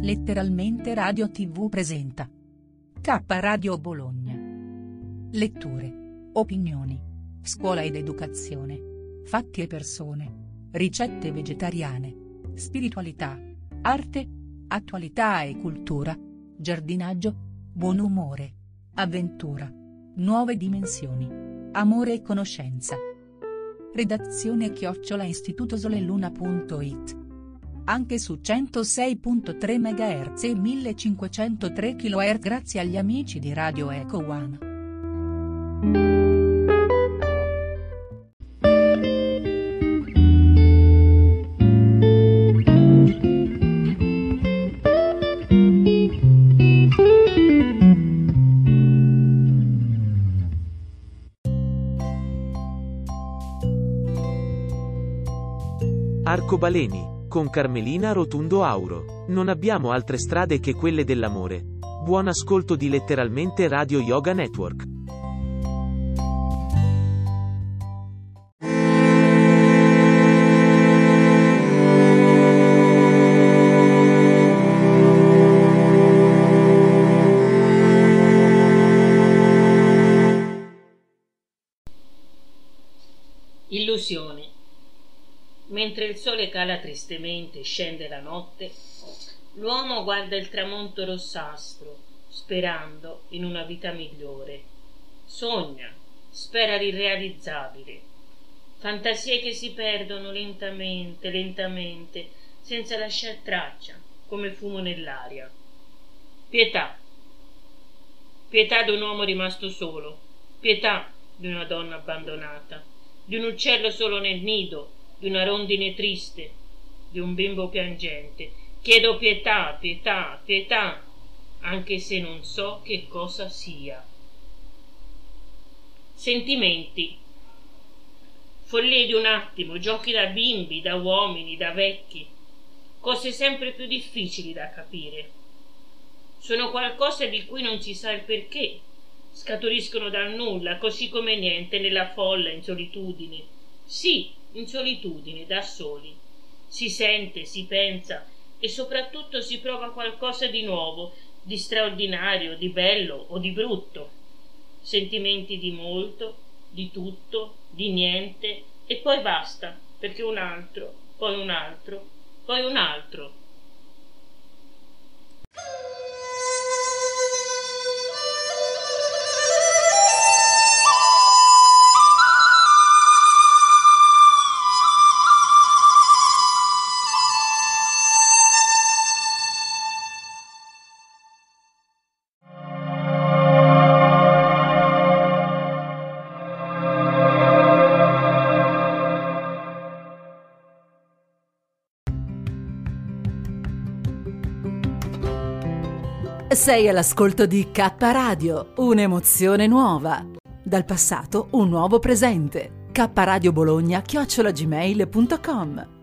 Letteralmente Radio TV presenta K Radio Bologna. Letture, opinioni, scuola ed educazione, fatti e persone, ricette vegetariane, spiritualità, arte, attualità e cultura, giardinaggio, buon umore, avventura, nuove dimensioni, amore e conoscenza. Redazione @istitutosoleluna.it. Anche su 106.3 MHz e 1503 kHz grazie agli amici di Radio Eco One. Arcobaleni, con Carmelina Rotundo Auro. Non abbiamo altre strade che quelle dell'amore. Buon ascolto di Letteralmente Radio Yoga Network. Illusioni. Mentre il sole cala tristemente e scende la notte, l'uomo guarda il tramonto rossastro, sperando in una vita migliore. Sogna, spera l'irrealizzabile. Fantasie che si perdono lentamente, lentamente, senza lasciar traccia, come fumo nell'aria. Pietà. Pietà di un uomo rimasto solo, pietà di una donna abbandonata, di un uccello solo nel nido, di una rondine triste, di un bimbo piangente. Chiedo pietà, pietà, pietà, anche se non so che cosa sia. Sentimenti. Follie di un attimo, giochi da bimbi, da uomini, da vecchi, cose sempre più difficili da capire. Sono qualcosa di cui non si sa il perché, scaturiscono dal nulla, così come niente, nella folla, in solitudine. Sì, in solitudine, da soli. Si sente, si pensa e soprattutto si prova qualcosa di nuovo, di straordinario, di bello o di brutto. Sentimenti di molto, di tutto, di niente e poi basta, perché un altro, poi un altro, poi un altro. Sei all'ascolto di K Radio, un'emozione nuova. Dal passato un nuovo presente. K Radio Bologna @gmail.com.